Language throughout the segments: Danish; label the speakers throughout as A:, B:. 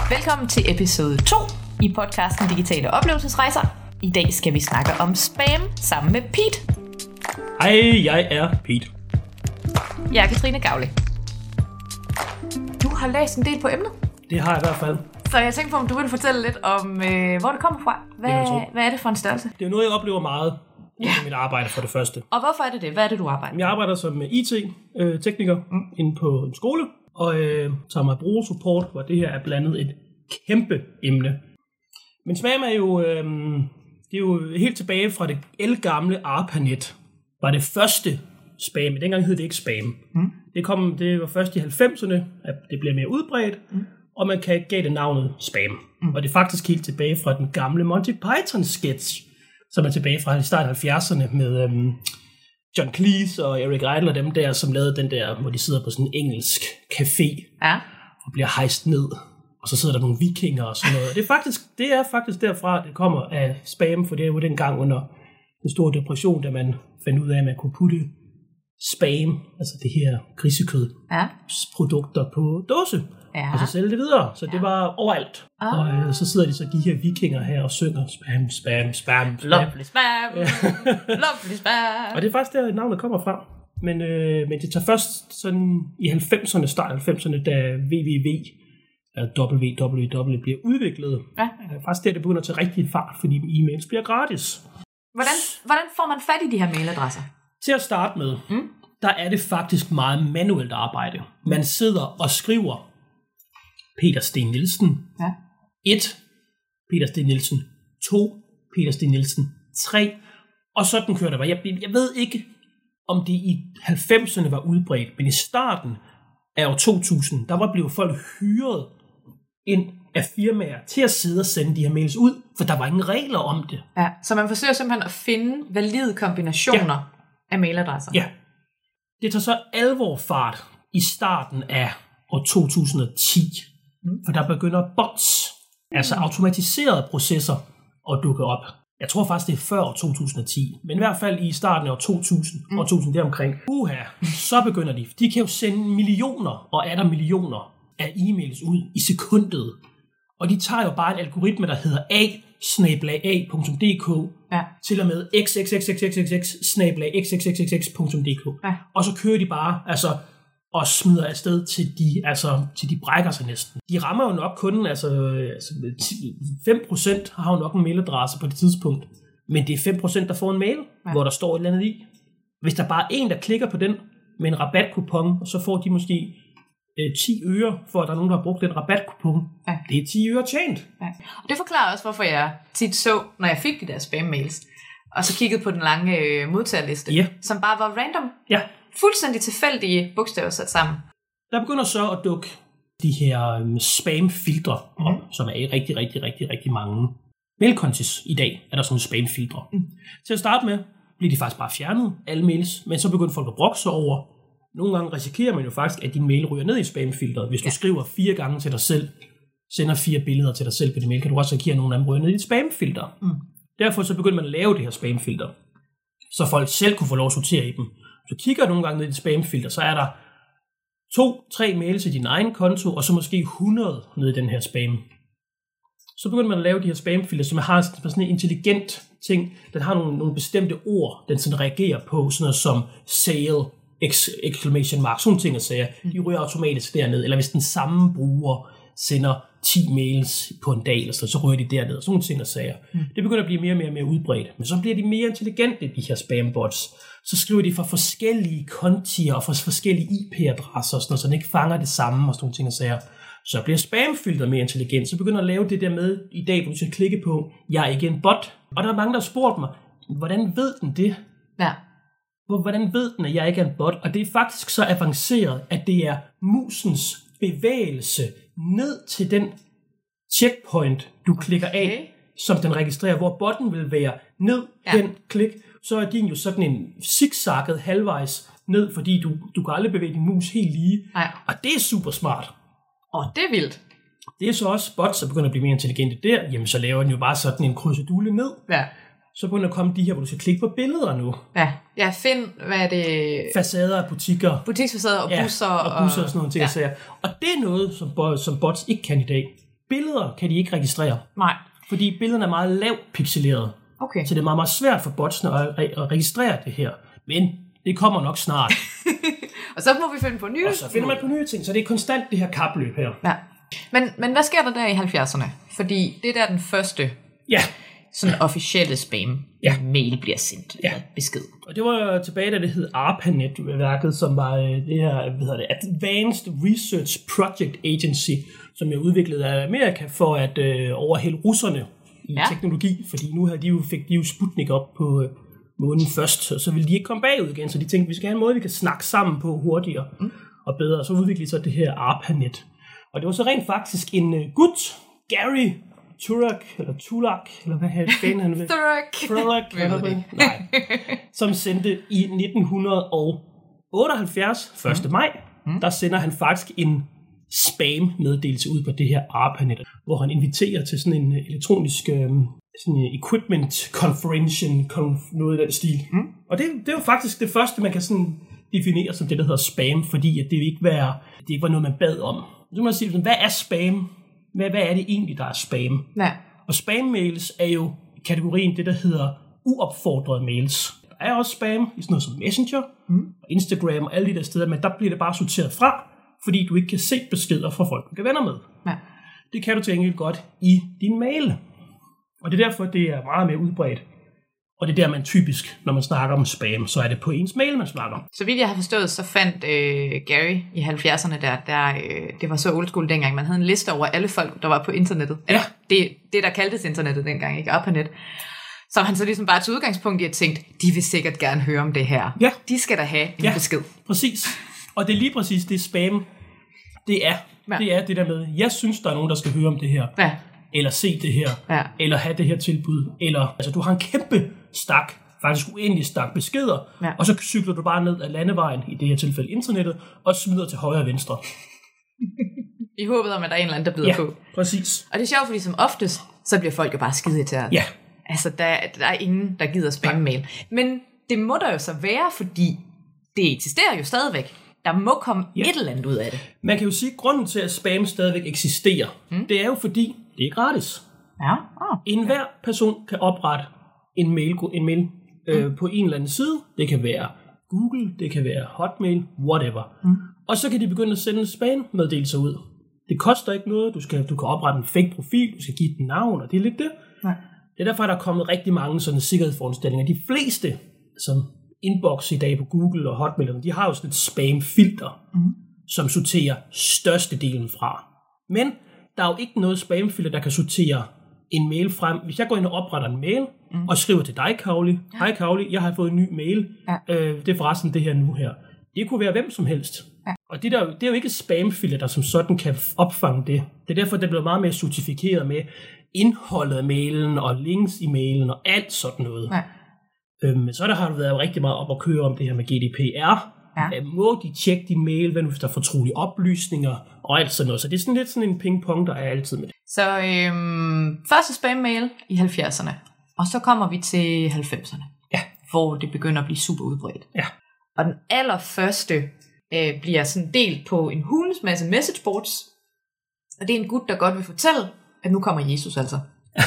A: Velkommen til episode 2 i podcasten Digitale Oplevelsesrejser. I dag skal vi snakke om spam sammen med Pete.
B: Hej, jeg er Pete.
A: Jeg er Katrine Gavle. Du har læst en del på emnet.
B: Det har jeg i hvert fald.
A: Så jeg tænkte på, om du ville fortælle lidt om, hvor det kommer fra. Hvad er det for en størrelse?
B: Det er noget, jeg oplever meget i mit arbejde for det første.
A: Og hvorfor er det det? Hvad er det, du arbejder med?
B: Jeg arbejder som IT-tekniker inde på en skole, og tager mig brugersupport, hvor det her er blandt et kæmpe emne. Men spam er jo, det er jo helt tilbage fra det ældgamle ARPANET, var det første spam. Dengang hed det ikke spam. Det var først i 90'erne, at det blev mere udbredt, og man gav det navnet spam. Og det er faktisk helt tilbage fra den gamle Monty Python-sketch, som er tilbage fra starten af 70'erne med John Cleese og Eric Idle og dem der, som lavede den der, hvor de sidder på sådan en engelsk café og bliver hejst ned. Og så sidder der nogle vikinger og sådan noget. Det er faktisk derfra, det kommer af spam, for det er jo dengang under den store depression, da man fandt ud af, at man kunne putte spam, altså det her grisekød, produkter på dåse, og så sælge det videre. Så det var overalt. Og så sidder de de her vikinger her og synger spam, spam, spam, spam.
A: Lovely spam, lovely spam.
B: Og det er faktisk der, navnet kommer fra. Men det tager først sådan i 90'erne, start af 90'erne, da www bliver udviklet. Faktisk der, det begynder at tage rigtig fart, fordi e-mails bliver gratis.
A: Hvordan får man fat i de her mailadresser?
B: Til at starte med, der er det faktisk meget manuelt arbejde. Man sidder og skriver Peter Sten Nielsen 1, Peter Sten Nielsen 2, Peter Sten Nielsen 3, og sådan kører det bare. Jeg ved ikke, om det i 90'erne var udbredt, men i starten af år 2000, der var blevet folk hyret ind af firmaer til at sidde og sende de her mails ud, for der var ingen regler om det.
A: Ja, så man forsøger simpelthen at finde valide kombinationer af mailadresser.
B: Ja. Det tager så alvor fart i starten af år 2010, for der begynder bots, altså automatiserede processer, at dukke op. Jeg tror faktisk, det er før år 2010, men i hvert fald i starten af år 2000, år 2000 deromkring. Så begynder de. De kan jo sende millioner og atter millioner af e-mails ud i sekundet. Og de tager jo bare en algoritme, der hedder a@a.dk til og med xxxxxx/xxxxx.dk. Og så kører de bare og smider afsted til de brækker sig næsten. De rammer jo nok kun 5% har jo nok en mailadresse på det tidspunkt. Men det er 5%, der får en mail, hvor der står et eller andet i. Hvis der bare er en, der klikker på den med en rabatkupon, så får de måske 10 øre, for at der er nogen, der har brugt den rabatkupon. Det er 10 øre tjent.
A: Og det forklarer også, hvorfor jeg tit så, når jeg fik de der spam-mails, og så kiggede på den lange modtagerliste, som bare var random. Fuldstændig tilfældige bogstaver sat sammen.
B: Der begynder så at dukke de her spam-filtre op, som er rigtig, rigtig, rigtig, rigtig mange mailkontis i dag, er der sådan spam-filtre. Til at starte med bliver de faktisk bare fjernet, alle mails, men så begynder folk at brokke sig over. Nogle gange risikerer man jo faktisk, at din mail ryger ned i spam-filteret. Hvis du skriver 4 gange til dig selv, sender 4 billeder til dig selv på din mail, kan du også risikere, at nogle af dem ryger ned i et spam-filter. Derfor så begynder man at lave det her spam-filter, så folk selv kunne få lov at sortere i dem. Så kigger nogle gange ned i et spam-filter, så er der 2-3 mails til din egen konto, og så måske 100 ned i den her spam. Så begynder man at lave de her spam-filter, som har sådan en intelligent ting. Den har nogle bestemte ord, den sådan reagerer på, sådan noget som sale, exclamation mark, sådan ting at sige. De ryger automatisk derned, eller hvis den samme bruger sender 10 mails på en dag, eller så ryger de derned, sådan ting at sige. Det begynder at blive mere og mere udbredt, men så bliver de mere intelligente, de her spambots. Så skriver de fra forskellige kontier og fra forskellige IP-adresser, så den ikke fanger det samme, og sådan ting at sige. Så bliver spamfilteret mere intelligent, så begynder at lave det der med i dag, hvor du skal klikke på, jeg er ikke en bot. Og der er mange, der har spurgt mig, hvordan ved den det? Hvordan ved den, at jeg ikke er en bot? Og det er faktisk så avanceret, at det er musens bevægelse ned til den checkpoint, du klikker af, som den registrerer, hvor botten vil være ned, hen, klik. Så er din jo sådan en zigzagget halvvejs ned, fordi du kan aldrig bevæge din mus helt lige. Og det er super smart.
A: Det er vildt.
B: Det er så også bots, der begynder at blive mere intelligente der. Jamen, så laver den jo bare sådan en krusedulle ned. Så begynder at komme de her, hvor du skal klikke på billeder nu.
A: Find, hvad er det?
B: Facader af butikker.
A: Butiksfacader og busser.
B: Og busser og sådan nogle ting. Og det er noget, som bots ikke kan i dag. billeder kan de ikke registrere.
A: Nej.
B: Fordi billederne er meget lavt pixeleret.
A: Okay.
B: Så det er meget, meget svært for botsene at registrere det her. Men det kommer nok snart.
A: Og så må vi finde på nye.
B: Og så finder man på nye ting, så det er konstant det her kapløb her.
A: Ja. Men hvad sker der der i 70'erne? Fordi det der den første sådan officielle spam-mail bliver sendt. Ja. Besked.
B: Og det var tilbage, da det hed ARPANET-værket, som var det her, Advanced Research Project Agency, som er udviklet af Amerika for at overhælde russerne i teknologi, fordi nu fik de jo Sputnik op på månen først, og så ville de ikke komme bagud igen, så de tænkte, vi skal have en måde, vi kan snakke sammen på hurtigere og bedre, og så udviklede de så det her ARPANET. Og det var så rent faktisk en gut, Gary Turek, eller hvad her fanden han vil? Turek, nej, som sendte i 1978, 1. maj, der sender han faktisk en spam-meddelelse ud på det her ARPANET, hvor han inviterer til sådan en elektronisk sådan en equipment conference, noget af den stil. Og det er jo faktisk det første, man kan sådan definere som det, der hedder spam, fordi at det ikke var noget, man bad om. Så må man sige, hvad er spam? Hvad er det egentlig, der er spam?
A: Ja.
B: Og spam-mails er jo kategorien det, der hedder uopfordrede mails. Der er også spam i sådan noget som Messenger, og Instagram og alle de der steder, men der bliver det bare sorteret fra, fordi du ikke kan se beskeder fra folk, du kan venner med.
A: Ja.
B: Det kan du til gengæld godt i din mail. Og det er derfor, det er meget mere udbredt. Og det er der, man typisk, når man snakker om spam, så er det på ens mail, man snakker. Så
A: vidt jeg har forstået, så fandt Gary i 70'erne det var så old school dengang. Man havde en liste over alle folk, der var på internettet. Ja. Det der kaldtes internettet dengang, ikke? ARPANET. Som han så ligesom bare tog udgangspunkt i at tænkte, de vil sikkert gerne høre om det her. Ja. De skal da have en besked.
B: Præcis. Og det er lige præcis det spam, det er. Ja. Det er det der med, jeg synes, der er nogen, der skal høre om det her. Ja. Eller se det her, eller have det her tilbud, eller du har en kæmpe stak, faktisk uendelig stak beskeder, og så cykler du bare ned ad landevejen, i det her tilfælde internettet, og smider til højre og venstre.
A: I håbet om, at der er en eller anden, der byder på.
B: Præcis.
A: Og det er sjovt, fordi som oftest, så bliver folk jo bare skide irriteret. Ja. Altså, der er ingen, der gider spamme-mail. Men det må der jo så være, fordi det eksisterer jo stadigvæk. Der må komme et eller andet ud af det.
B: Man kan jo sige, at grunden til, at spam stadigvæk eksisterer, det er jo fordi, det er gratis.
A: Ja.
B: Enhver person kan oprette en mail på en eller anden side. Det kan være Google, det kan være Hotmail, whatever. Og så kan de begynde at sende spam-meddelelser ud. Det koster ikke noget. Du kan oprette en fake profil, du skal give et navn, og det er lidt det. Ja. Det er derfor, at der er kommet rigtig mange sådan sikkerhedsforanstaltninger. De fleste, som inbox i dag på Google og Hotmail, de har jo sådan et spam-filter, som sorterer størstedelen fra. Men der er jo ikke noget spamfilter, der kan sortere en mail frem. Hvis jeg går ind og opretter en mail, og skriver til dig, Kavli, hej Kavli, jeg har fået en ny mail, det er forresten det her nu her. Det kunne være hvem som helst. Ja. Og det er jo ikke spamfilter, der som sådan kan opfange det. Det er derfor, det bliver meget mere certificeret med indholdet af mailen, og links i mailen, og alt sådan noget. Ja. Så har du været rigtig meget op at køre om det her med GDPR. Ja. Må de tjekke din mail, hvis der er fortrolige oplysninger og alt sådan noget. Så det er sådan lidt sådan en ping-pong, der er altid med det.
A: Så første spam-mail i 70'erne, og så kommer vi til 90'erne, hvor det begynder at blive super udbredt. Ja. Og den allerførste bliver sådan delt på en hulens masse messageboards, og det er en gut, der godt vil fortælle, at nu kommer Jesus altså.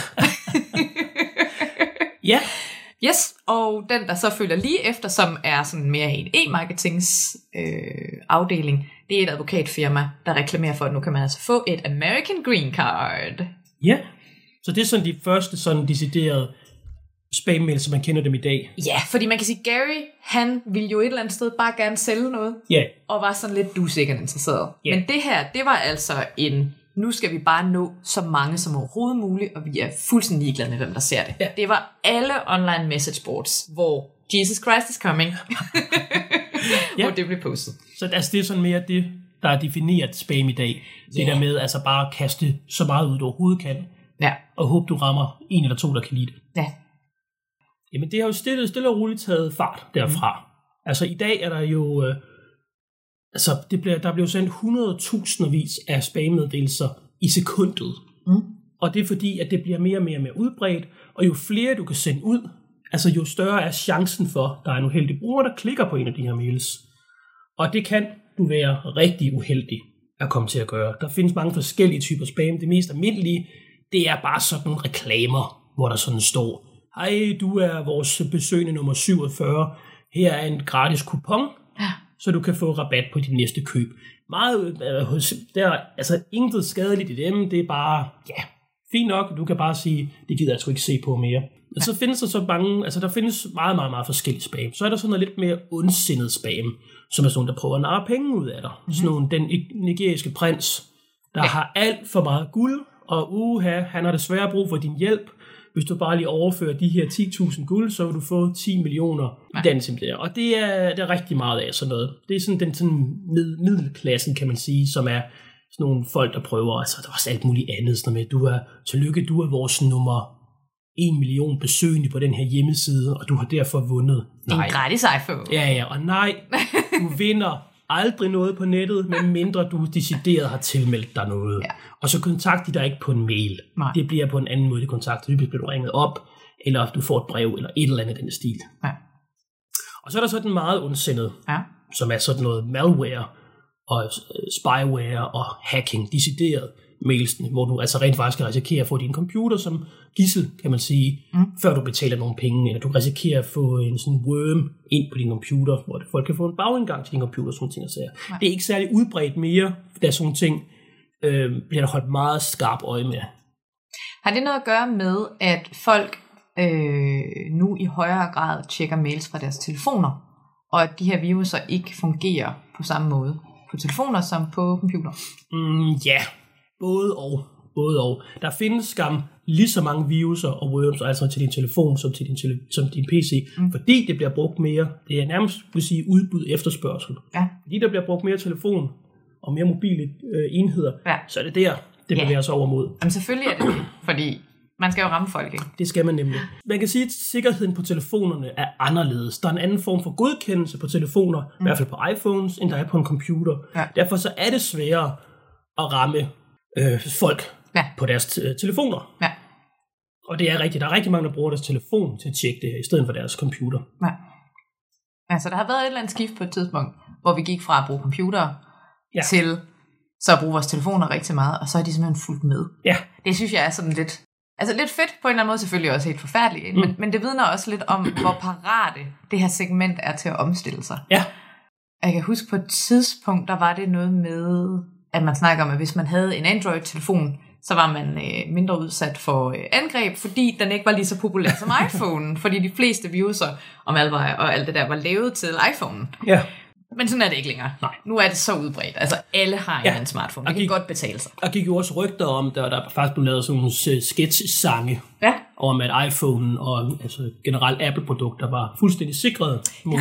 B: Ja.
A: Yes, og den, der så følger lige efter, som er sådan mere en e-marketings afdeling, det er et advokatfirma, der reklamerer for, at nu kan man altså få et American Green Card.
B: Ja, så det er sådan de første sådan deciderede spam-mail, som man kender dem i dag.
A: Ja, fordi man kan sige, Gary, han ville jo et eller andet sted bare gerne sælge noget, og var sådan lidt sikkert interesseret. Men det her, det var altså nu skal vi bare nå så mange som overhovedet muligt, og vi er fuldstændig ligeglade med, hvem der ser det. Ja. Det var alle online messageboards, hvor Jesus Christ is coming, hvor det blev postet.
B: Så altså, det er sådan mere det, der er defineret spam i dag. Det der med altså bare at kaste så meget ud, du overhovedet kan, og håbe, du rammer en eller to, der kan lide det. Ja. Jamen, det har jo stille og roligt taget fart derfra. Altså, i dag er der jo... der bliver sendt 100.000 af spammeddelelser i sekundet. Og det er fordi, at det bliver mere og mere udbredt, og jo flere du kan sende ud, altså jo større er chancen for, at der er en uheldig bruger, der klikker på en af de her mails. Og det kan du være rigtig uheldig. er kommet til at gøre. Der findes mange forskellige typer spam. Det mest almindelige, det er bare sådan nogle reklamer, hvor der sådan står, hej, du er vores besøgende nummer 47. Her er en gratis kupon, så du kan få rabat på dit næste køb. Meget, der er altså intet skadeligt i dem. Det er bare, fint nok. Du kan bare sige, det gider jeg sgu ikke se på mere. Og så findes der så mange, altså der findes meget, meget, meget forskellige spam. Så er der sådan noget lidt mere ondsindet spam, som er sådan nogle, der prøver at narre penge ud af dig. Sådan nogle, den nigeriske prins, der har alt for meget guld, og han har desværre brug for din hjælp. Hvis du bare lige overfører de her 10.000 guld, så vil du få 10 millioner i dansen der. Og det er rigtig meget af sådan noget. Det er sådan den sådan middelklassen, kan man sige, som er sådan nogle folk, der prøver, altså der er også alt muligt andet, sådan med, tillykke, du er vores nummer 1 million besøgende på den her hjemmeside, og du har derfor vundet.
A: En gratis iPhone.
B: Ja, og nej, du vinder aldrig noget på nettet, medmindre du decideret har tilmeldt dig noget. Ja. Og så kontakter de dig ikke på en mail. Nej. Det bliver på en anden måde, de kontakter. Det bliver du ringet op, eller du får et brev, eller et eller andet den stil. Ja. Og så er der så den meget ondsindede, som er sådan noget malware, og spyware, og hacking, decideret mailsene, hvor du altså rent faktisk kan risikere at få din computer som gidsel, kan man sige, før du betaler nogle penge, eller du risikerer at få en sådan worm ind på din computer, hvor folk kan få en bagindgang til din computer, sådan ting og sager. Det er ikke særlig udbredt mere, da sådan ting bliver der holdt meget skarp øje med.
A: Har det noget at gøre med, at folk nu i højere grad tjekker mails fra deres telefoner, og at de her viruser ikke fungerer på samme måde på telefoner som på computer?
B: Ja, både og. Der findes skam lige så mange viruser og worms, altså til din telefon som til din PC, fordi det bliver brugt mere. Det er nærmest, vil sige, udbud efterspørgsel. Ja. Fordi der bliver brugt mere telefon og mere mobile enheder, så er det der, det bevæger sig over mod.
A: Jamen selvfølgelig er det, fordi man skal jo ramme folk, ikke?
B: Det skal man nemlig. Man kan sige, at sikkerheden på telefonerne er anderledes. Der er en anden form for godkendelse på telefoner, i hvert fald på iPhones, end der er på en computer. Ja. Derfor så er det sværere at ramme folk på deres telefoner. Ja. Og det er rigtigt. Der er rigtig mange, der bruger deres telefon til at tjekke det her, i stedet for deres computer. Ja.
A: Altså, der har været et eller andet skift på et tidspunkt, hvor vi gik fra at bruge computer til så at bruge vores telefoner rigtig meget, og så er de simpelthen fulgt med. Ja. Det synes jeg er sådan lidt, altså lidt fedt på en eller anden måde, selvfølgelig også helt forfærdeligt, men det vidner også lidt om, hvor parate det her segment er til at omstille sig. Ja. Jeg kan huske på et tidspunkt, der var det noget med, at man snakker om, at hvis man havde en Android-telefon, så var man mindre udsat for angreb, fordi den ikke var lige så populær som iPhone, fordi de fleste viruser og malware og alt det der var lavet til iPhone. Ja. Men sådan er det ikke længere. Nej. Nu er det så udbredt. Altså alle har en smartphone. Det kan godt betale sig.
B: Og gik jo også rygter om, der faktisk blev lavet sådan nogle sketch-sange om, at iPhone og altså generelt Apple-produkter var fuldstændig sikret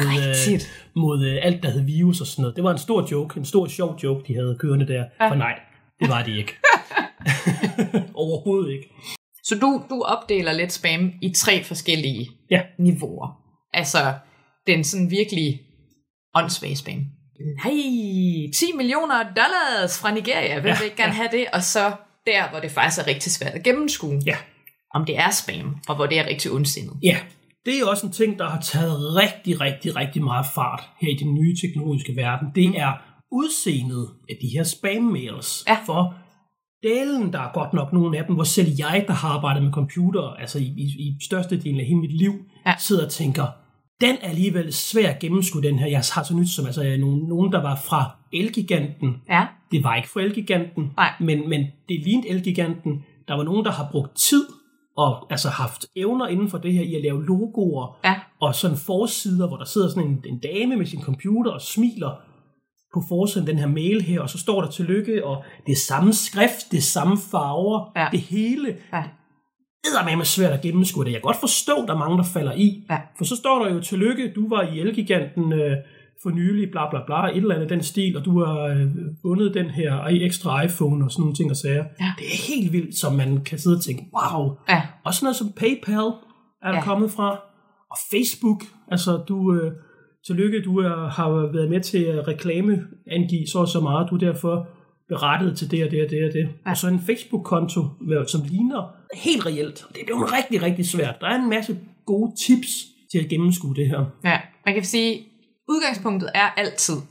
B: mod alt, der hed virus og sådan noget. Det var en stor joke, en stor sjov joke, de havde kørende der. Ja. For nej, det var de ikke. Overhovedet ikke.
A: Så du opdeler lidt spam i 3 forskellige niveauer. Altså den sådan virkelig åndssvage spam. Hey, $10 millioner fra Nigeria. Hvem vil ikke gerne have det? Og så der, hvor det faktisk er rigtig svært at gennemskue, om det er spam, og hvor det er rigtig ondsindet.
B: Ja, det er også en ting, der har taget rigtig, rigtig, rigtig meget fart her i den nye teknologiske verden. Det er udseendet af de her spam-mails. Ja. For delen, der er godt nok nogle af dem, hvor selv jeg, der har arbejdet med computer, altså i størstedelen af hele mit liv, sidder og tænker, den er alligevel svær at gennemskue, den her. Jeg har så nyt som nogen, der var fra Elgiganten. Ja. Det var ikke fra Elgiganten, men det lignede Elgiganten. Der var nogen, der har brugt tid og altså haft evner inden for det her i at lave logoer og sådan forsider, hvor der sidder sådan en dame med sin computer og smiler på forsiden den her mail her, og så står der tillykke, og det er samme skrift, det er samme farver, det hele. Ja. Det er med svært at gennemskue det. Jeg kan godt forstå, at der er mange, der falder i. Ja. For så står der jo, tillykke, du var i Elgiganten for nylig, bla bla bla, et eller andet den stil, og du har vundet den her ekstra iPhone og sådan nogle ting og sager. Ja. Det er helt vildt, som man kan sidde og tænke, wow. Ja. Og sådan noget som PayPal er der kommet fra. Og Facebook, altså tillykke, du har været med til at reklameangive så meget, du er derfor berettet til det og det og det og det. Ja. Og så en Facebook-konto, som ligner helt reelt. Det er jo rigtig, rigtig svært. Der er en masse gode tips til at gennemskue det her.
A: Ja, man kan sige, udgangspunktet er altid,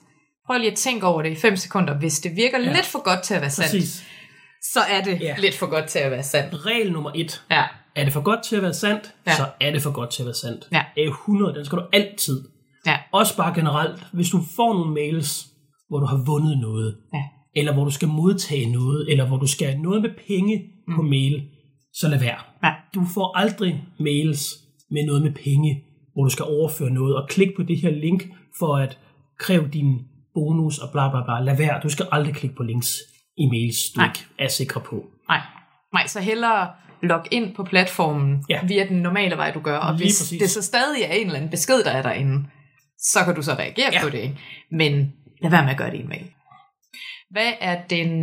A: prøv lige at tænke over det i 5 sekunder. Hvis det virker lidt for godt til at være sandt,
B: præcis.
A: Så er det lidt for godt til at være sandt.
B: Regel nummer 1. Ja. Er det for godt til at være sandt, så er det for godt til at være sandt. Ja. 100, den skal du altid. Ja. Også bare generelt, hvis du får nogle mails, hvor du har vundet noget, eller hvor du skal modtage noget, eller hvor du skal have noget med penge på mail, så lad være. Ja. Du får aldrig mails med noget med penge, hvor du skal overføre noget, og klik på det her link for at kræve din bonus og bla bla bla. Lad være. Du skal aldrig klikke på links i mails, du ikke er sikker på.
A: Nej, så hellere log ind på platformen via den normale vej, du gør. Og hvis det så stadig er en eller anden besked, der er derinde, så kan du så reagere på det. Ikke? Men lad være med at gøre det i en mail. Hvad er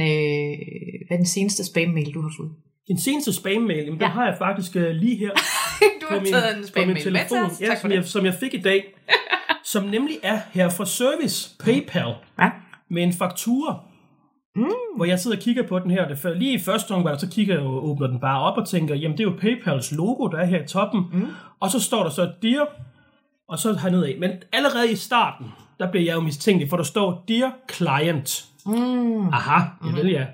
A: den seneste spam-mail, du har fået?
B: Den seneste spam-mail, den har jeg faktisk lige her
A: du har taget en spam-mail med til os.
B: Som jeg fik i dag. Som nemlig er her fra Service PayPal med en faktura. Hvor jeg sidder og kigger på den her. Lige i første omgang, så kigger jeg og åbner den bare op og tænker, jamen det er jo PayPals logo, der er her i toppen. Og så står der så Dear, og så hernede af. Men allerede i starten, der bliver jeg jo mistænkelig, for der står Dear Client. Aha, ja.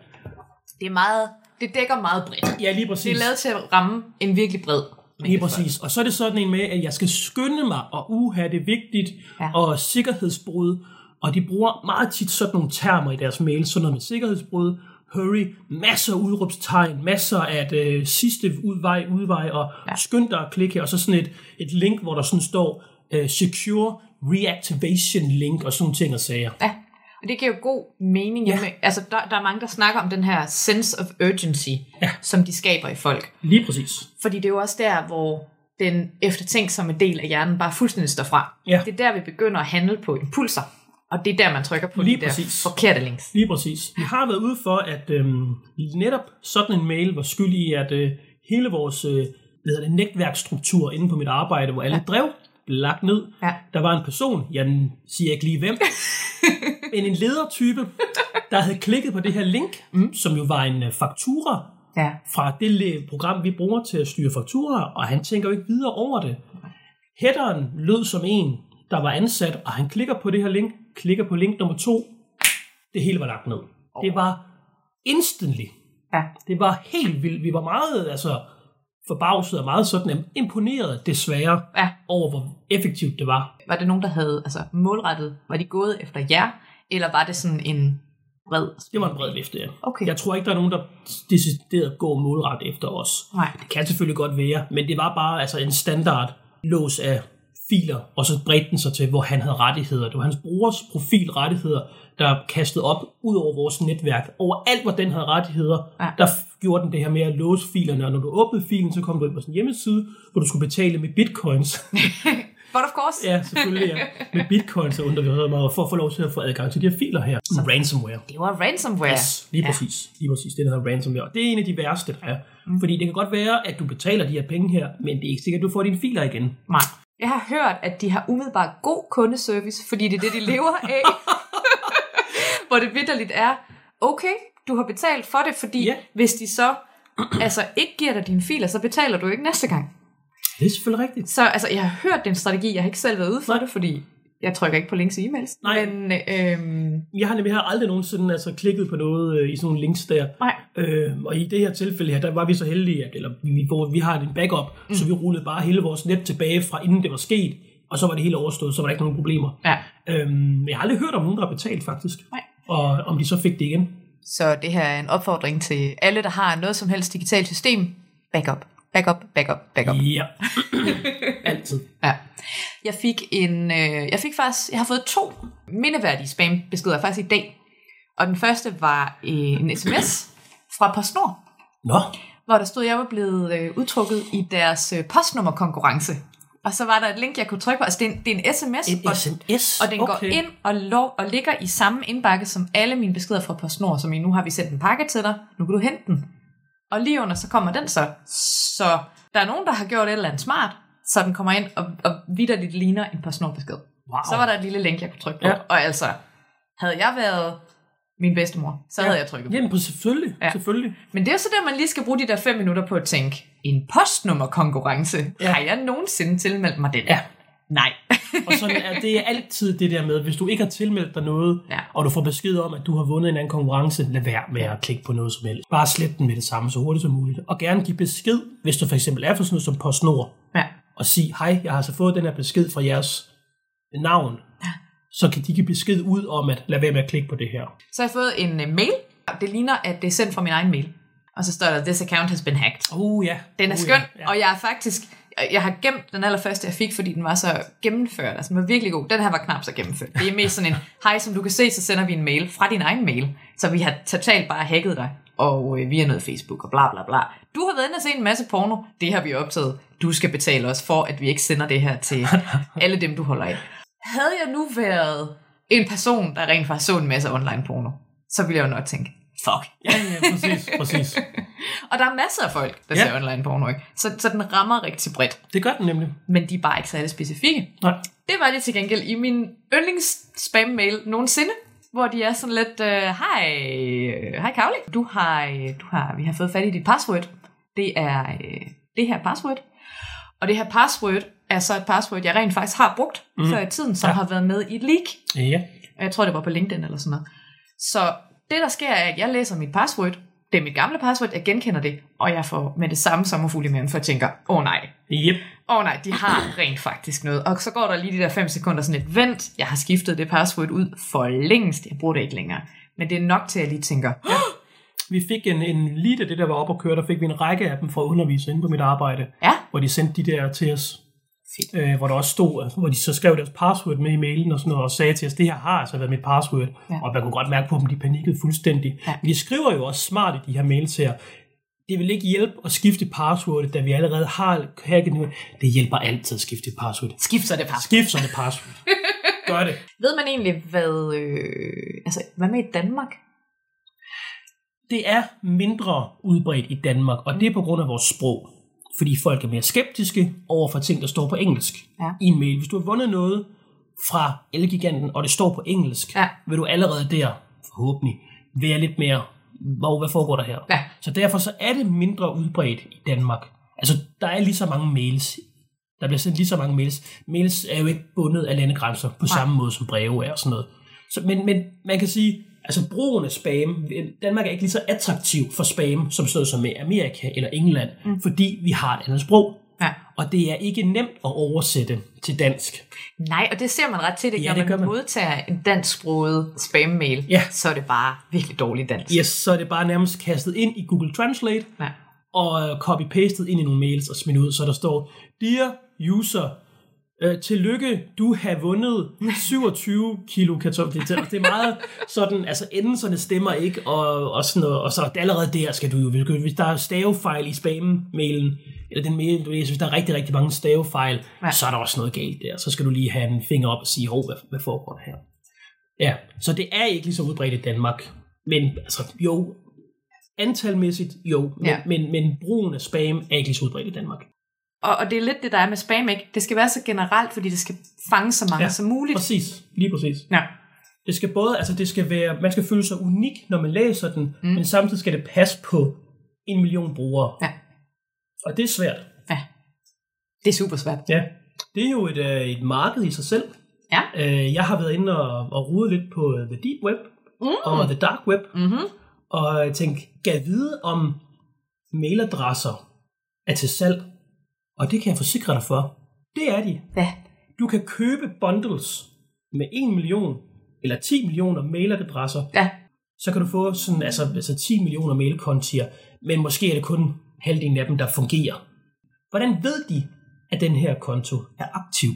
A: Det dækker meget bredt.
B: Ja, lige præcis.
A: Det er lavet til at ramme en virkelig bred.
B: Lige præcis. Og så er det sådan en med, at jeg skal skynde mig, og det er vigtigt, og sikkerhedsbrud. Og de bruger meget tit sådan nogle termer i deres mails, sådan noget med sikkerhedsbrud, hurry, masser af udråbstegn, masser af sidste udvej, og skynd dig at klikke, og så sådan et link, hvor der sådan står secure reactivation link, og sådan ting og sager. Ja,
A: og det giver jo god mening. Ja. Altså, der er mange, der snakker om den her sense of urgency, som de skaber i folk.
B: Lige præcis.
A: Fordi det er jo også der, hvor den eftertænksomme del af hjernen bare fuldstændig står fra. Ja. Det er der, vi begynder at handle på impulser. Og det er der, man trykker på de der forkerte links.
B: Lige præcis. Vi har været ude for, at netop sådan en mail var skyld i, at hele vores netværksstruktur inde på mit arbejde, hvor alle drev, blev lagt ned. Ja. Der var en person, jeg siger ikke lige hvem, men en ledertype, der havde klikket på det her link, som jo var en faktura fra det program, vi bruger til at styre fakturaer, og han tænker jo ikke videre over det. Headeren lød som en, der var ansat, og han klikker på det her link, klikker på link nummer 2, det hele var lagt ned. Det var instantly. Ja. Det var helt vildt. Vi var meget forbavset og meget sådan imponeret, desværre, over hvor effektivt det var.
A: Var det nogen, der havde målrettet, var de gået efter jer, eller var det sådan en bred?
B: Det var en bred vifte, ja. Okay. Jeg tror ikke, der er nogen, der decideret går målrettet efter os. Nej. Det kan selvfølgelig godt være, men det var bare en standard lås af filer, og så bredte den sig til, hvor han havde rettigheder. Det var hans brugers profilrettigheder, der kastede op ud over vores netværk. Overalt, hvor den havde rettigheder, der gjorde den det her med at låse filerne, og når du åbnede filen, så kom du ind på sådan en hjemmeside, hvor du skulle betale med bitcoins.
A: But of course.
B: Ja, selvfølgelig, ja. Med bitcoins under vi havde meget, for at få lov til at få adgang til de her filer her. Så ransomware.
A: Det var ransomware.
B: Yes, lige præcis. Lige præcis. Det hedder ransomware. Og det er en af de værste, der er. Fordi det kan godt være, at du betaler de her penge her, men det er ikke sikkert, at du får dine filer igen.
A: Nej. Jeg har hørt, at de har umiddelbart god kundeservice, fordi det er det, de lever af. Hvor det vitterligt er, okay, du har betalt for det, fordi hvis de så ikke giver dig dine filer, så betaler du ikke næste gang.
B: Det er selvfølgelig rigtigt.
A: Så jeg har hørt den strategi, jeg har ikke selv været ude for det, fordi jeg trykker ikke på links i e-mails.
B: Nej, men, jeg har nemlig aldrig nogensinde klikket på noget i sådan nogle links der. Nej. Og i det her tilfælde her, der var vi så heldige, at vi har en backup, så vi rullede bare hele vores net tilbage fra inden det var sket, og så var det hele overstået, så var der ikke nogen problemer. Ja. Men jeg har aldrig hørt om nogen, der har betalt faktisk. Nej. Og om de så fik det igen.
A: Så det her er en opfordring til alle, der har noget som helst digitalt system. Backup. Ja,
B: altid.
A: Ja. Jeg har fået 2 mindeværdige spam-beskeder faktisk i dag. Og den første var en sms fra PostNord.
B: Nå.
A: Hvor der stod, at jeg var blevet udtrukket i deres postnummerkonkurrence. Og så var der et link, jeg kunne trykke på. Altså, det er en sms.
B: En sms?
A: Og den går ind og ligger i samme indbakke som alle mine beskeder fra PostNord. Som nu har vi sendt en pakke til dig. Nu kan du hente den. Og lige under, så kommer den så. Så der er nogen, der har gjort et eller andet smart, så den kommer ind og vitterligt ligner en PostNord-besked. Wow. Så var der et lille link, jeg kunne trykke på. Ja. Og havde jeg været min bedstemor, så havde jeg trykket på.
B: Jamen, selvfølgelig. Ja. Selvfølgelig.
A: Men det er så der, man lige skal bruge de der 5 minutter på at tænke, en postnummerkonkurrence, har jeg nogensinde tilmeldt mig den?
B: Ja.
A: Nej.
B: Og sådan det er altid det der med, hvis du ikke har tilmeldt dig noget, og du får besked om, at du har vundet en anden konkurrence, lad være med at klikke på noget som helst. Bare slet den med det samme, så hurtigt som muligt. Og gerne give besked, hvis du for eksempel er for sådan noget som PostNord, og sige, hej, jeg har så fået den her besked fra jeres navn, så kan de give besked ud om, at lad være med at klikke på det her.
A: Så har jeg fået en mail. Det ligner, at det er sendt fra min egen mail. Og så står der, this account has been hacked.
B: Ja.
A: Den er skøn, og jeg er faktisk... Jeg har gemt den allerførste, jeg fik, fordi den var så gennemført. Altså, den var virkelig god. Den her var knap så gennemført. Det er mest sådan en, hej, som du kan se, så sender vi en mail fra din egen mail. Så vi har totalt bare hacket dig, og via noget Facebook og bla bla bla. Du har været inde og set en masse porno. Det har vi optaget. Du skal betale os for, at vi ikke sender det her til alle dem, du holder af. Havde jeg nu været en person, der rent faktisk så en masse online porno, så ville jeg jo nok tænke, fuck.
B: Ja, præcis.
A: Og der er masser af folk, der ser online porno, ikke? Så den rammer rigtig bredt.
B: Det gør den nemlig.
A: Men de er bare ikke særlig specifikke.
B: Nej. Det
A: var det til gengæld i min yndlings-spam-mail nogensinde, hvor de er sådan lidt, hej Kavli, vi har fået fat i dit password. Det er det her password. Og det her password er så et password, jeg rent faktisk har brugt før i tiden, som har været med i et leak.
B: Ja.
A: Og jeg tror, det var på LinkedIn eller sådan noget. Så det, der sker, er, at jeg læser mit password. Det er mit gamle password, jeg genkender det, og jeg får med det samme sommerfugl i maven, for jeg tænker, nej.
B: Yep.
A: Nej, de har rent faktisk noget. Og så går der lige de der 5 sekunder sådan et vent, jeg har skiftet det password ud for længst, jeg bruger det ikke længere. Men det er nok til, at jeg lige tænker,
B: Vi fik en lige det der var op og køre, der fik vi en række af dem fra undervisere inde på mit arbejde, hvor de sendte de der til os. Hvor der også stod, altså, hvor de så skrev deres password med i mailen og sådan noget, og sagde til os, det her har altså været mit password, og man kunne godt mærke på dem, de panikkede fuldstændig. Men de skriver jo også smart i de her mails her, det vil ikke hjælpe at skifte passwordet, da vi allerede har hacket nu. Det hjælper altid at skifte password.
A: Skift så det password.
B: Gør det.
A: Ved man egentlig, hvad med i Danmark?
B: Det er mindre udbredt i Danmark, og det er på grund af vores sprog. Fordi folk er mere skeptiske over for ting, der står på engelsk i en mail. Hvis du har vundet noget fra Elgiganten, og det står på engelsk, vil du allerede der, forhåbentlig, være lidt mere, hvad foregår der her? Ja. Så derfor så er det mindre udbredt i Danmark. Altså, der er lige så mange mails. Der bliver sendt lige så mange mails. Mails er jo ikke bundet af landegrænser på samme måde som breve er og sådan noget. Så, men man kan sige, altså brugen af spam, Danmark er ikke lige så attraktiv for spam, som sådan som med Amerika eller England, fordi vi har et andet sprog. Ja. Og det er ikke nemt at oversætte til dansk.
A: Nej, og det ser man ret til, når man modtager en dansksproget spam-mail, så er det bare virkelig dårligt dansk.
B: Yes, så er det bare nærmest kastet ind i Google Translate, og copy-pastet ind i nogle mails og smidt ud, så der står, Dear user, tillykke, du har vundet 27 kilo kartofler. Det er meget sådan, altså endelserne stemmer ikke, og sådan noget, og så allerede der skal du jo, hvis der er stavefejl i spam-mailen, eller den mail, du læser, hvis der er rigtig, rigtig mange stavefejl, så er der også noget galt der. Så skal du lige have en finger op og sige, hvad foregår der her? Ja, så det er ikke lige så udbredt i Danmark, men altså jo, antalmæssigt jo, men brugen af spam er ikke lige så udbredt i Danmark.
A: Og det er lidt det, der er med spam, ikke? Det skal være så generelt, fordi det skal fange så mange som muligt.
B: Præcis. Lige præcis.
A: Ja.
B: Det skal både, altså det skal være, man skal føle sig unik, når man læser den, men samtidig skal det passe på 1 million brugere. Ja. Og det er svært.
A: Ja. Det er super svært.
B: Ja. Det er jo et marked i sig selv. Ja. Jeg har været inde og rodet lidt på The Deep Web og The Dark Web. Og jeg tænkte, gav vide om mailadresser er til salg. Og det kan jeg forsikre dig for. Det er de.
A: Ja.
B: Du kan købe bundles med 1 million eller 10 millioner mailadresser. Ja. Så kan du få sådan, altså 10 millioner mailkontier, men måske er det kun halvdelen af dem, der fungerer. Hvordan ved de, at den her konto er aktiv?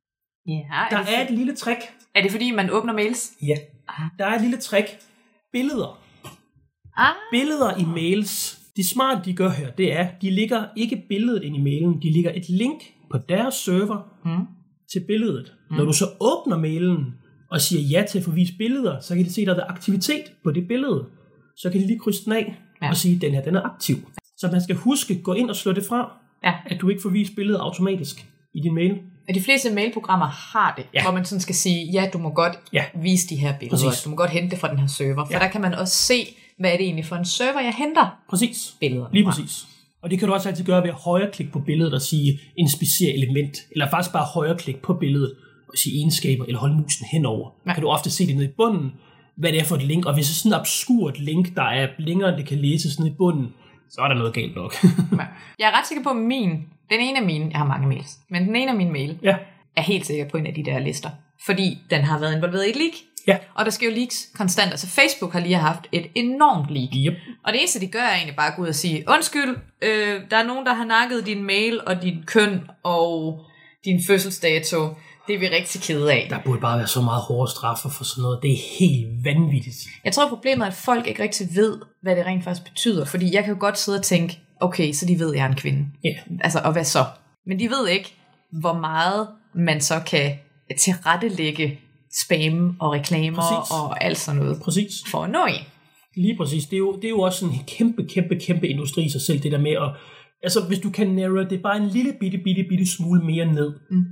A: Ja,
B: der er et lille trick.
A: Er det fordi, man åbner mails?
B: Ja. Der er et lille trick. Billeder. Billeder i mails. Det smarte, de gør her, det er, de lægger ikke billedet ind i mailen, de lægger et link på deres server til billedet. Når du så åbner mailen og siger ja til at få vist billeder, så kan de se, at der er aktivitet på det billede. Så kan de lige krydse den af og sige, at den her den er aktiv. Så man skal huske, gå ind og slå det fra, at du ikke får vist billedet automatisk i din mail.
A: Og de fleste mailprogrammer har det, hvor man sådan skal sige, ja, du må godt vise de her billeder. Præcis. Du må godt hente det fra den her server, for der kan man også se, hvad er det egentlig for en server, jeg henter
B: præcis.
A: billeder.
B: Lige præcis. Og det kan du også altid gøre ved at højreklikke på billedet og sige inspicere element, eller faktisk bare højreklikke på billedet og sige egenskaber, eller holde musen henover. Ja. Kan du ofte se det nede i bunden, hvad det er for et link, og hvis det er sådan et obskurt link, der er længere, end det kan læses nede i bunden, så er der noget galt nok.
A: Ja. Jeg er ret sikker på, at den ene af mine, jeg har mange mails, men den ene af mine mail er helt sikker på en af de der lister, fordi den har været involveret i et leak. Ja. Og der sker jo leaks konstant. Altså Facebook har lige haft et enormt leak.
B: Yep.
A: Og det eneste, de gør, er egentlig bare at gå ud og sige, undskyld, der er nogen, der har nakket din mail og din køn og din fødselsdato. Det er vi rigtig kede af.
B: Der burde bare være så meget hårde straffer for sådan noget. Det er helt vanvittigt.
A: Jeg tror, problemet er, at folk ikke rigtig ved, hvad det rent faktisk betyder. Fordi jeg kan jo godt sidde og tænke, okay, så de ved, at jeg er en kvinde.
B: Yeah.
A: Altså, og hvad så? Men de ved ikke, hvor meget man så kan tilrettelægge spam og reklamer og alt sådan noget.
B: Præcis.
A: For at nå en.
B: Lige præcis. Det er jo også en kæmpe industri i sig selv, det der med at... Altså, hvis du kan narrow det bare en lille bitte smule mere ned,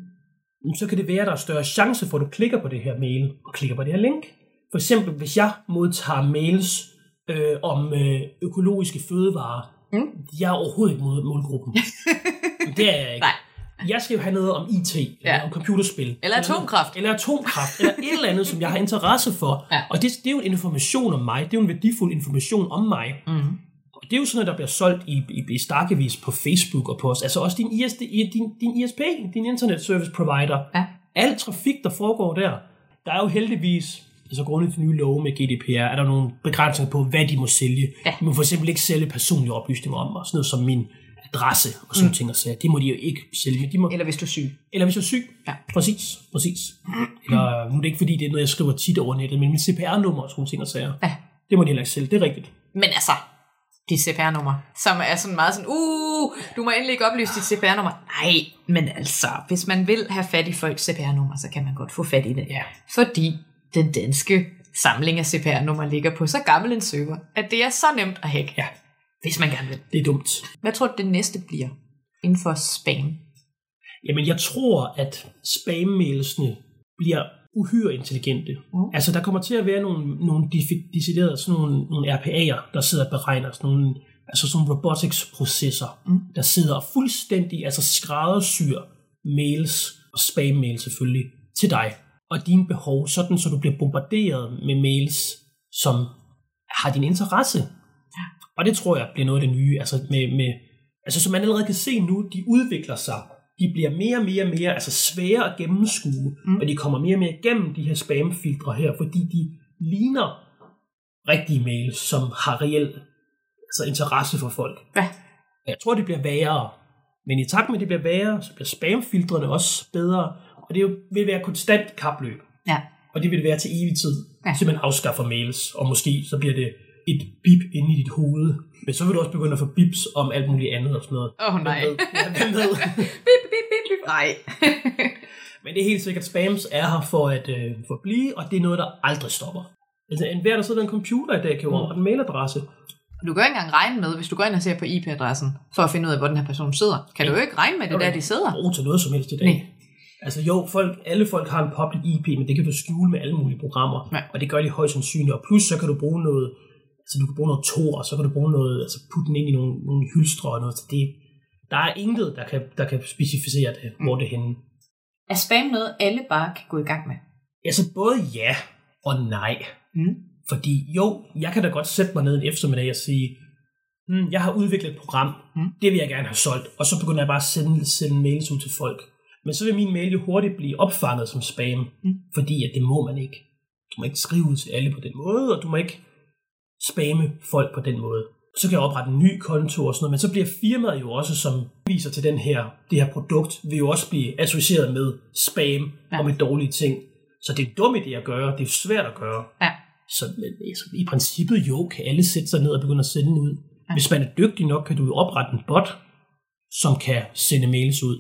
B: så kan det være, at der er større chance for, at du klikker på det her mail og klikker på det her link. For eksempel, hvis jeg modtager mails om økologiske fødevarer, jeg er overhovedet ikke målgruppen. Det er jeg ikke.
A: Nej.
B: Jeg skal jo have noget om IT, eller om computerspil.
A: Eller atomkraft.
B: Eller et eller andet, som jeg har interesse for. Ja. Og det er jo en information om mig. Det er jo en værdifuld information om mig. Og det er jo sådan noget, der bliver solgt i stakkevis på Facebook og på os. Altså også din ISP, din Internet Service Provider. Ja. Al trafik, der foregår der er jo heldigvis, altså grundet til nye love med GDPR, er der nogle begrænsninger på, hvad de må sælge. Ja. De må for eksempel ikke sælge personlige oplysninger om mig. Sådan noget som min adresse og sådan ting og sager. Det må de jo ikke sælge. Men de må...
A: Eller hvis du er syg.
B: Eller hvis jeg er syg. Ja. Præcis. Eller, nu er det ikke fordi, det er noget, jeg skriver tit over nettet, men mit CPR-nummer og sådan ting og sager. Ja. Det må de heller ikke sælge. Det er rigtigt.
A: Men altså, dit CPR-nummer, som er sådan meget sådan, du må endelig ikke oplyse dit CPR-nummer. Nej, men altså, hvis man vil have fat i folks CPR-nummer, så kan man godt få fat i det. Ja. Fordi den danske samling af CPR-nummer ligger på så gammel en server, at det er så nemt at hacke. Ja. Hvis man gerne vil.
B: Det er dumt.
A: Hvad tror du, det næste bliver inden for spam?
B: Jamen, jeg tror, at spam-mailsene bliver uhyre intelligente. Altså, der kommer til at være nogle deciderede, sådan nogle RPA'er, der sidder og beregner sådan nogle robotics-processer, der sidder fuldstændig, altså skræddersyr mails og spam-mails selvfølgelig til dig og dine behov, sådan så du bliver bombarderet med mails, som har din interesse. Og det tror jeg bliver noget af det nye, altså som man allerede kan se nu, de udvikler sig, de bliver mere altså svære at gennemskue, og de kommer mere igennem de her spamfiltre her, fordi de ligner rigtige mails, som har reel interesse for folk. Ja. Jeg tror, det bliver værre, men i takt med, at det bliver værre, så bliver spamfiltrene også bedre, og det vil være konstant kapløb. Ja. Og det vil være til evig tid, så man afskaffer mails, og måske så bliver det et bip inde i dit hoved. Men så vil du også begynde at få bips om alt muligt andet og sådan noget.
A: Nej.
B: Hvem ved?
A: Bip. Nej.
B: Men det er helt sikkert, spams er her for at forblive, og det er noget, der aldrig stopper. Altså enhver, der sidder en computer i dag, kan jo oprette en mailadresse.
A: Du kan jo ikke engang regne med, hvis du går ind og ser på IP-adressen, for at finde ud af, hvor den her person sidder. Kan du jo ikke regne med det, der de sidder?
B: Til noget som helst i dag. Nej. Altså jo, alle folk har en public IP, men det kan du skjule med alle mulige programmer. Ja. Og det gør de højst sandsynligt. Og plus så kan du bruge noget, altså du kan bruge noget Tor, og så kan du bruge noget, altså putte den ind i nogle hylstre og noget. Så der er intet, der kan specificere det, hvor det er henne.
A: Er spam noget, alle bare kan gå i gang med?
B: Altså både ja og nej. Fordi jo, jeg kan da godt sætte mig ned en eftermiddag og sige, jeg har udviklet et program, det vil jeg gerne have solgt, og så begynder jeg bare at sende mails ud til folk. Men så vil min mail jo hurtigt blive opfanget som spam, fordi at det må man ikke. Du må ikke skrive ud til alle på den måde, og du må ikke spamme folk på den måde. Så kan jeg oprette en ny konto og sådan noget, men så bliver firmaet jo også, som viser til det her produkt, vil jo også blive associeret med spam og med dårlige ting. Så det er en dum idé at gøre, det er svært at gøre. Ja. Så i princippet jo, kan alle sætte sig ned og begynde at sende ud. Ja. Hvis man er dygtig nok, kan du jo oprette en bot, som kan sende mails ud.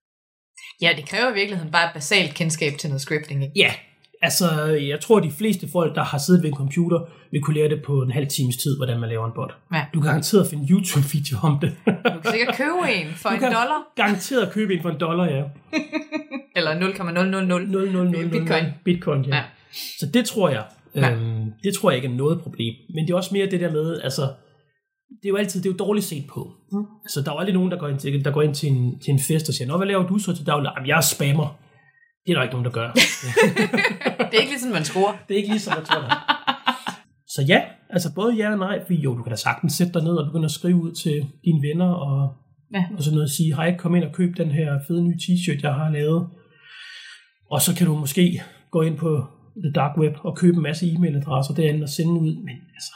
A: Ja, det kræver i virkeligheden bare et basalt kendskab til noget scripting, ikke?
B: Ja, altså jeg tror, de fleste folk, der har siddet ved en computer, vil kunne lære det på en halv times tid, hvordan man laver en bot. Ja. Du kan garanteret finde YouTube-video om det.
A: Du kan sikkert købe en for $1.
B: Du kan garanteret købe en for $1, ja.
A: Eller 0,000
B: Bitcoin, ja. Så det tror jeg. Det tror jeg ikke er noget problem. Men det er også mere det der med, altså, det er jo dårligt set på. Så der er jo aldrig nogen, der går ind til en fest og siger, hvad laver du så til daglig? Jamen, jeg spammer. Det er der ikke nogen, der gør.
A: Det er ikke ligesom man tror.
B: Det er ikke ligesom man tror. Så ja, altså både ja og nej, fordi jo, du kan da sagtens sætte dig ned og begynde at skrive ud til dine venner og sådan noget og sige, hej, kom ind og køb den her fede nye t-shirt, jeg har lavet. Og så kan du måske gå ind på the dark web og købe en masse e-mailadresser derinde og sende ud. Men altså,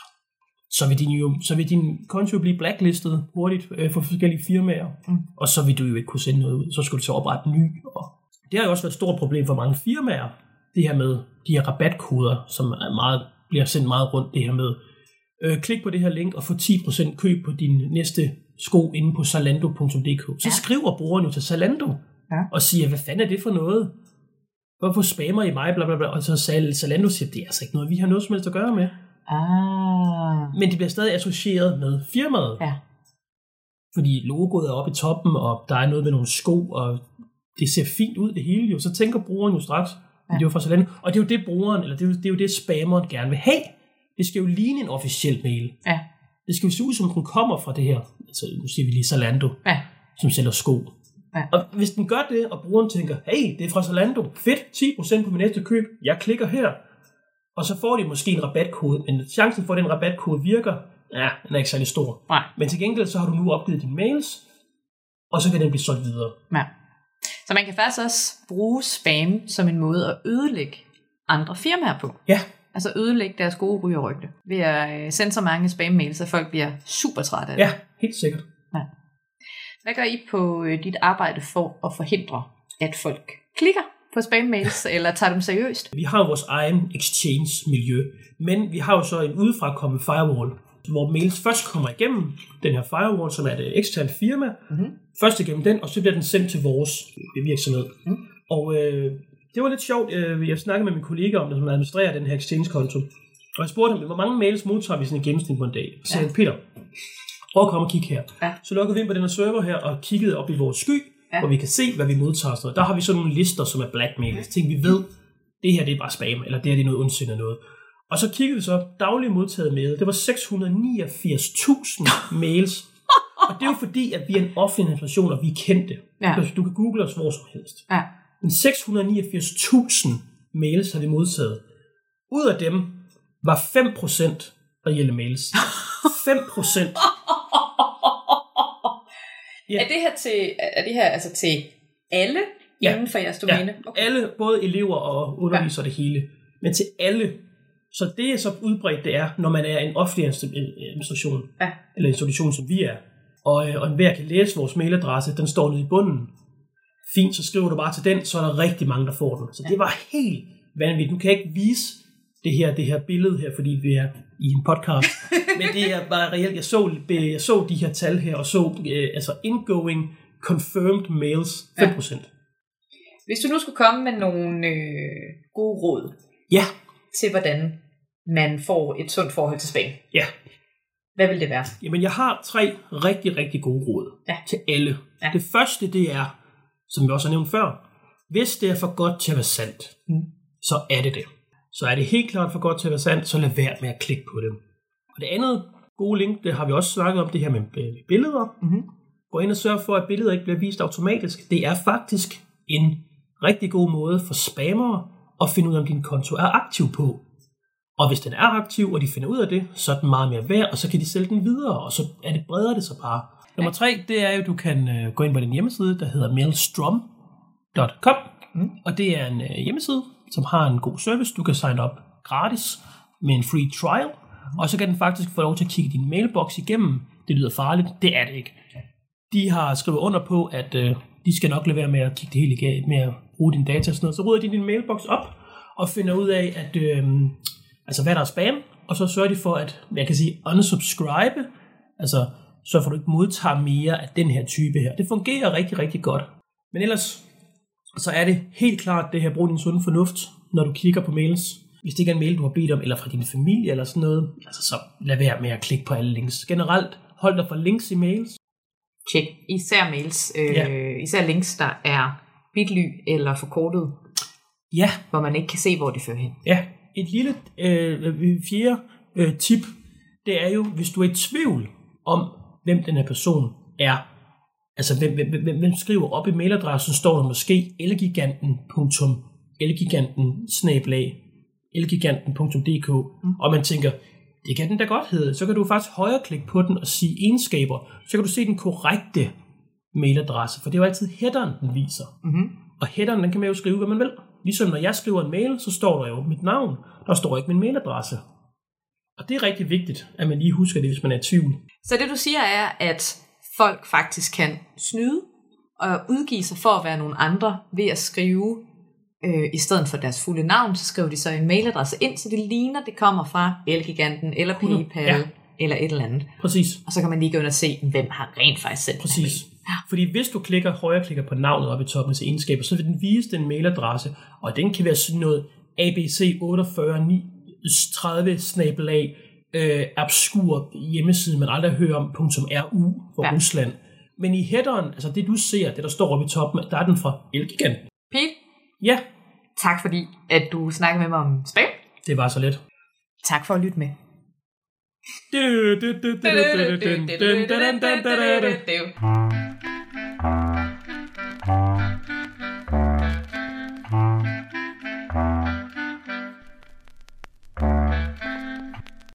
B: så vil din konto blive blacklistet hurtigt for forskellige firmaer, og så vil du jo ikke kunne sende noget ud. Så skal du til at oprette en ny. Og det har jo også været et stort problem for mange firmaer, det her med de her rabatkoder, som bliver sendt meget rundt, det her med klik på det her link og få 10% køb på din næste sko inde på zalando.dk. Så skriver brugeren jo til Zalando og siger, hvad fanden er det for noget? Hvorfor spammer I mig? Blablabla. Og så Zalando siger, det er altså ikke noget, vi har noget som helst at gøre med. Men det bliver stadig associeret med firmaet. Ja. Fordi logoet er oppe i toppen, og der er noget med nogle sko, og det ser fint ud det hele jo. Så tænker brugeren jo straks, at det er fra Zalando. Og det er jo det brugeren, eller det er jo det spammeren gerne vil have. Det skal jo ligne en officiel mail. Ja. Det skal jo se ud som den kommer fra det her. Altså nu siger vi lige Zalando, som sælger sko. Ja. Og hvis den gør det, og brugeren tænker, hey, det er fra Zalando, fedt, 10% på min næste køb, jeg klikker her. Og så får de måske en rabatkode, men chancen for, at den rabatkode virker, den er ikke særlig stor. Nej. Men til gengæld, så har du nu opgivet dine mails, og så kan den blive solgt videre. Ja.
A: Så man kan faktisk også bruge spam som en måde at ødelægge andre firmaer på.
B: Ja.
A: Altså ødelægge deres gode rygerrygte ved at sende så mange spam-mails, så folk bliver super trætte af det.
B: Ja, helt sikkert. Ja.
A: Hvad gør I på dit arbejde for at forhindre, at folk klikker på spam-mails, eller tager dem seriøst?
B: Vi har jo vores egen exchange-miljø, men vi har jo så en udefrakommende firewall, hvor mails først kommer igennem den her firewall, som er et eksternt firma. Først igennem den, og så bliver den sendt til vores virksomhed. Og det var lidt sjovt. Jeg snakkede med min kollega om det, som administrerer den her exchange-konto. Og jeg spurgte ham, hvor mange mails modtager vi sådan i gennemsnit på en dag? Så sagde Peter, prøv at komme og kigge her. Ja. Så lukkede vi ind på den her server her, og kiggede op i vores sky, hvor vi kan se, hvad vi modtager. Så der har vi sådan nogle lister, som er blackmail. Ting vi ved, det her det er bare spam, eller det her det er noget ondsindet noget. Og så kiggede vi så dagligt modtaget mail. Det var 689.000 mails. Og det er jo fordi, at vi er en offentlig administration, og vi er kendte. Ja. Du kan google os hvor som helst. Ja. Men 689.000 mails har vi modtaget. Ud af dem var 5% reelle mails. 5%.
A: Ja. Er det her altså til alle inden for jeres domæne?
B: Okay. Alle, både elever og undervisere det hele. Men til alle. Så det er så udbredt det er, når man er en offentlig administration. Ja. Eller institution, som vi er. Og enhver kan læse vores mailadresse, den står nede i bunden. Fint, så skriver du bare til den, så er der rigtig mange, der får den. Så det var helt vanvittigt. Du kan ikke vise det her billede her, fordi vi er i en podcast. Men det er bare reelt. Jeg så de her tal her, og så altså incoming confirmed mails 5%.
A: Hvis du nu skulle komme med nogle gode råd til, hvordan man får et sundt forhold til spam.
B: Ja.
A: Hvad vil det være?
B: Jamen, jeg har 3 rigtig, rigtig gode råd til alle. Ja. Det første, det er, som vi også har nævnt før, hvis det er for godt til at være sandt, så er det det. Så er det helt klart for godt til at være sandt, så lad være med at klikke på dem. Og det andet gode link, det har vi også snakket om, det her med billeder. Gå ind og sørg for, at billeder ikke bliver vist automatisk. Det er faktisk en rigtig god måde for spammere at finde ud af, om din konto er aktiv på. Og hvis den er aktiv, og de finder ud af det, så er den meget mere værd, og så kan de sælge den videre, og så breder det sig bare. Nummer 3, det er jo, at du kan gå ind på den hjemmeside, der hedder maelstrom.com, og det er en hjemmeside, som har en god service. Du kan sign op gratis med en free trial, og så kan den faktisk få lov til at kigge din mailbox igennem. Det lyder farligt, det er det ikke. De har skrevet under på, at de skal nok lade være med at kigge det hele igennem, med at bruge dine data og sådan noget. Så ruder de din mailbox op, og finder ud af, at altså hvad der er spam, og så sørger de for, at jeg kan sige unsubscribe, altså så får du ikke modtager mere af den her type her. Det fungerer rigtig, rigtig godt. Men ellers, så er det helt klart det her, brug din sunde fornuft, når du kigger på mails. Hvis det ikke er en mail, du har bedt om, eller fra din familie eller sådan noget, altså så lad være med at klikke på alle links. Generelt, hold dig for links i mails.
A: Tjek især mails, især links, der er bitly eller forkortet, hvor man ikke kan se, hvor de fører hen.
B: Ja, et lille fjerde tip, det er jo, hvis du er i tvivl om, hvem den her person er. Altså, hvem skriver op i mailadressen, står der måske elgiganten.dk, og man tænker, det kan den da godt hedde. Så kan du faktisk højreklikke på den og sige egenskaber. Så kan du se den korrekte mailadresse, for det er jo altid headeren, den viser. Og headeren, den kan man jo skrive, hvad man vil. Ligesom når jeg skriver en mail, så står der jo mit navn. Der står ikke min mailadresse. Og det er rigtig vigtigt, at man lige husker det, hvis man er i tvivl.
A: Så det du siger er, at folk faktisk kan snyde og udgive sig for at være nogle andre ved at skrive, i stedet for deres fulde navn, så skriver de så en mailadresse ind, så det ligner, det kommer fra Elgiganten eller PayPal eller et eller andet.
B: Præcis.
A: Og så kan man lige gå ind og se, hvem har rent faktisk sendt.
B: Præcis. Fordi hvis du højreklikker på navnet oppe i toppen til egenskaber, så vil den vise den mailadresse, og den kan være sådan noget abc48930 obskur hjemmeside, man aldrig hører om, .ru for Rusland. Men i headeren, altså det du ser, det der står oppe i toppen, der er den fra Elgiganten.
A: Pete?
B: Ja?
A: Tak fordi, at du snakkede med mig om spam.
B: Det var så let.
A: Tak for at lytte med.